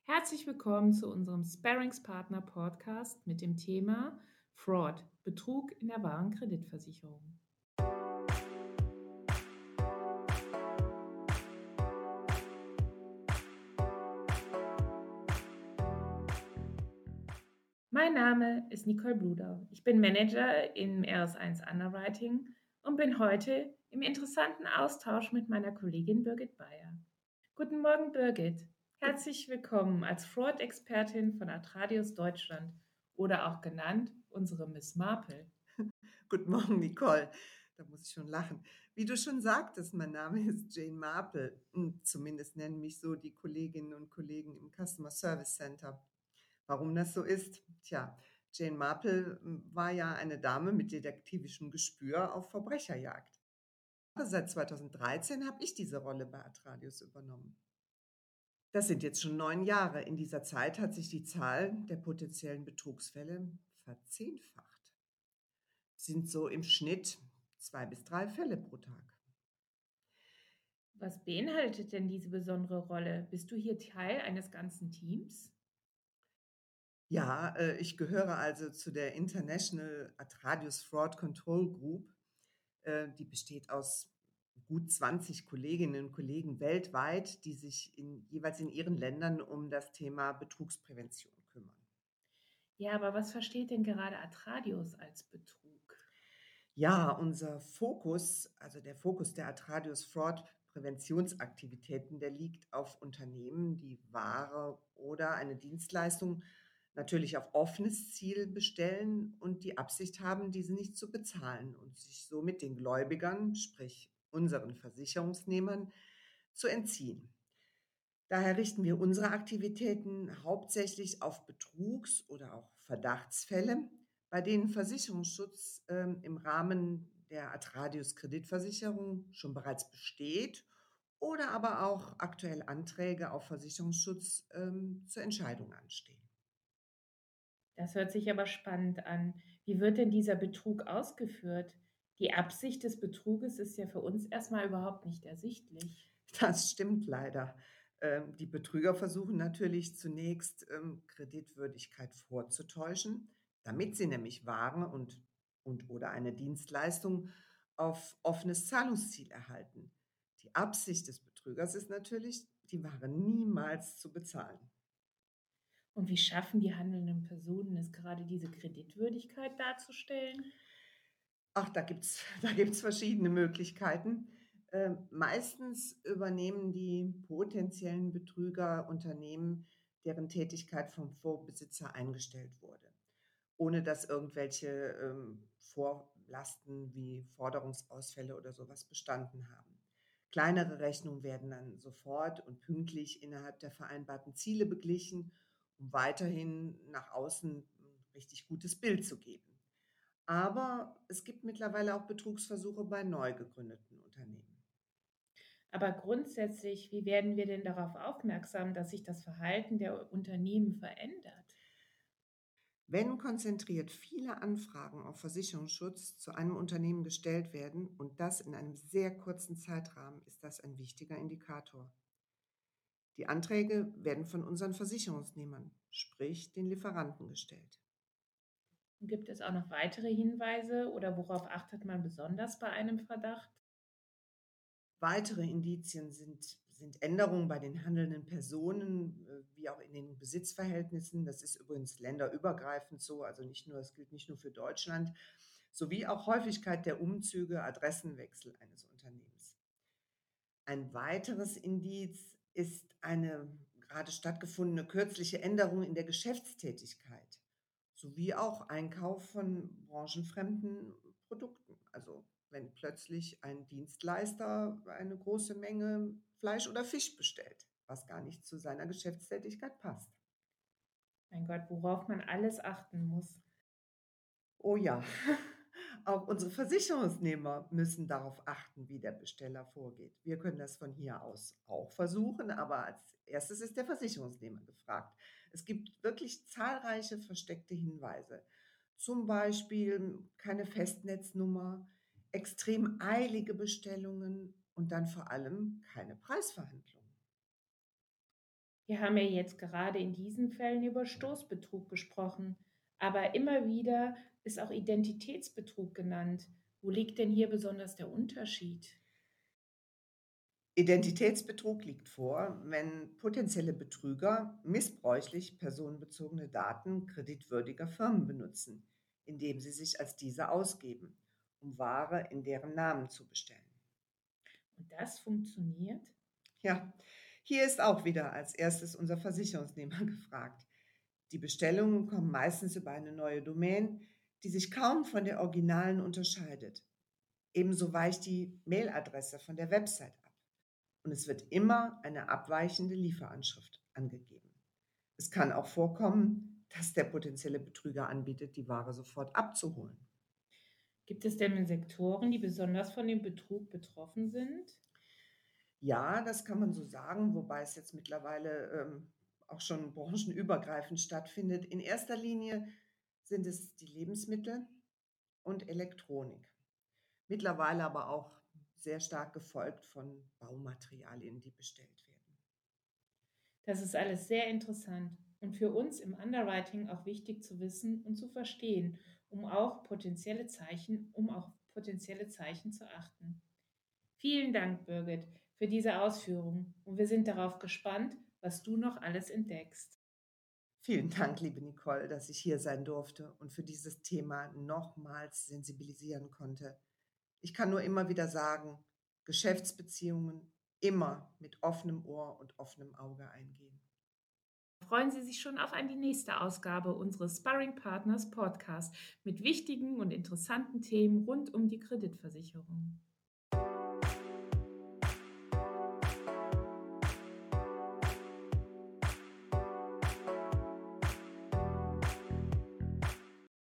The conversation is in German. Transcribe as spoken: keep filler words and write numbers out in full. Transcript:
Herzlich willkommen zu unserem Sparringspartner Podcast mit dem Thema Fraud, Betrug in der Warenkreditversicherung. Mein Name ist Nicole Bludau. Ich bin Manager im R S eins Underwriting und bin heute im interessanten Austausch mit meiner Kollegin Birgit Bayer. Guten Morgen, Birgit. Herzlich willkommen als Fraud-Expertin von Atradius Deutschland oder auch genannt unsere Miss Marple. Guten Morgen, Nicole. Da muss ich schon lachen. Wie du schon sagtest, mein Name ist Jane Marple. Hm, Zumindest nennen mich so die Kolleginnen und Kollegen im Customer Service Center. Warum das so ist? Tja, Jane Marple hm, war ja eine Dame mit detektivischem Gespür auf Verbrecherjagd. Seit zweitausenddreizehn habe ich diese Rolle bei Atradius übernommen. Das sind jetzt schon neun Jahre. In dieser Zeit hat sich die Zahl der potenziellen Betrugsfälle verzehnfacht. Sind so im Schnitt zwei bis drei Fälle pro Tag. Was beinhaltet denn diese besondere Rolle? Bist du hier Teil eines ganzen Teams? Ja, äh, ich gehöre also zu der International Atradius Fraud Control Group. Äh, die besteht aus gut zwanzig Kolleginnen und Kollegen weltweit, die sich in jeweils in ihren Ländern um das Thema Betrugsprävention kümmern. Ja, aber was versteht denn gerade Atradius als Betrug? Ja, unser Fokus, also der Fokus der Atradius Fraud Präventionsaktivitäten, der liegt auf Unternehmen, die Ware oder eine Dienstleistung natürlich auf offenes Ziel bestellen und die Absicht haben, diese nicht zu bezahlen und sich somit den Gläubigern, sprich unseren Versicherungsnehmern, zu entziehen. Daher richten wir unsere Aktivitäten hauptsächlich auf Betrugs- oder auch Verdachtsfälle, bei denen Versicherungsschutz ähm, im Rahmen der Atradius Kreditversicherung schon bereits besteht oder aber auch aktuell Anträge auf Versicherungsschutz ähm, zur Entscheidung anstehen. Das hört sich aber spannend an. Wie wird denn dieser Betrug ausgeführt? Die Absicht des Betruges ist ja für uns erstmal überhaupt nicht ersichtlich. Das stimmt leider. Ähm, die Betrüger versuchen natürlich zunächst, ähm, Kreditwürdigkeit vorzutäuschen, damit sie nämlich Waren und und oder eine Dienstleistung auf offenes Zahlungsziel erhalten. Die Absicht des Betrügers ist natürlich, die Ware niemals zu bezahlen. Und wie schaffen die handelnden Personen es gerade diese Kreditwürdigkeit darzustellen? Ach, da gibt's da gibt's verschiedene Möglichkeiten. Ähm, meistens übernehmen die potenziellen Betrüger Unternehmen, deren Tätigkeit vom Vorbesitzer eingestellt wurde, ohne dass irgendwelche, ähm, Vorlasten wie Forderungsausfälle oder sowas bestanden haben. Kleinere Rechnungen werden dann sofort und pünktlich innerhalb der vereinbarten Ziele beglichen, um weiterhin nach außen 'n richtig gutes Bild zu geben. Aber es gibt mittlerweile auch Betrugsversuche bei neu gegründeten Unternehmen. Aber grundsätzlich, wie werden wir denn darauf aufmerksam, dass sich das Verhalten der Unternehmen verändert? Wenn konzentriert viele Anfragen auf Versicherungsschutz zu einem Unternehmen gestellt werden und das in einem sehr kurzen Zeitrahmen, ist das ein wichtiger Indikator. Die Anträge werden von unseren Versicherungsnehmern, sprich den Lieferanten, gestellt. Gibt es auch noch weitere Hinweise oder worauf achtet man besonders bei einem Verdacht? Weitere Indizien sind sind Änderungen bei den handelnden Personen, äh, wie auch in den Besitzverhältnissen. Das ist übrigens länderübergreifend so, also nicht nur, es gilt nicht nur für Deutschland, sowie auch Häufigkeit der Umzüge, Adressenwechsel eines Unternehmens. Ein weiteres Indiz ist eine gerade stattgefundene kürzliche Änderung in der Geschäftstätigkeit sowie auch Einkauf von branchenfremden Produkten. Also wenn plötzlich ein Dienstleister eine große Menge Fleisch oder Fisch bestellt, was gar nicht zu seiner Geschäftstätigkeit passt. Mein Gott, worauf man alles achten muss. Oh ja, auch unsere Versicherungsnehmer müssen darauf achten, wie der Besteller vorgeht. Wir können das von hier aus auch versuchen, aber als Erstes ist der Versicherungsnehmer gefragt. Es gibt wirklich zahlreiche versteckte Hinweise. Zum Beispiel keine Festnetznummer, extrem eilige Bestellungen und dann vor allem keine Preisverhandlungen. Wir haben ja jetzt gerade in diesen Fällen über Stoßbetrug gesprochen, aber immer wieder ist auch Identitätsbetrug genannt. Wo liegt denn hier besonders der Unterschied? Identitätsbetrug liegt vor, wenn potenzielle Betrüger missbräuchlich personenbezogene Daten kreditwürdiger Firmen benutzen, indem sie sich als diese ausgeben, um Ware in deren Namen zu bestellen. Und das funktioniert? Ja, hier ist auch wieder als erstes unser Versicherungsnehmer gefragt. Die Bestellungen kommen meistens über eine neue Domain, die sich kaum von der originalen unterscheidet. Ebenso weicht die Mailadresse von der Website ab. Und es wird immer eine abweichende Lieferanschrift angegeben. Es kann auch vorkommen, dass der potenzielle Betrüger anbietet, die Ware sofort abzuholen. Gibt es denn Sektoren, die besonders von dem Betrug betroffen sind? Ja, das kann man so sagen, wobei es jetzt mittlerweile ähm, auch schon branchenübergreifend stattfindet. In erster Linie sind es die Lebensmittel und Elektronik. Mittlerweile aber auch sehr stark gefolgt von Baumaterialien, die bestellt werden. Das ist alles sehr interessant und für uns im Underwriting auch wichtig zu wissen und zu verstehen, um auch potenzielle Zeichen, um auf potenzielle Zeichen zu achten. Vielen Dank, Birgit, für diese Ausführungen und wir sind darauf gespannt, was du noch alles entdeckst. Vielen Dank, liebe Nicole, dass ich hier sein durfte und für dieses Thema nochmals sensibilisieren konnte. Ich kann nur immer wieder sagen, Geschäftsbeziehungen immer mit offenem Ohr und offenem Auge eingehen. Freuen Sie sich schon auf eine nächste Ausgabe unseres Sparring Partners Podcast mit wichtigen und interessanten Themen rund um die Kreditversicherung.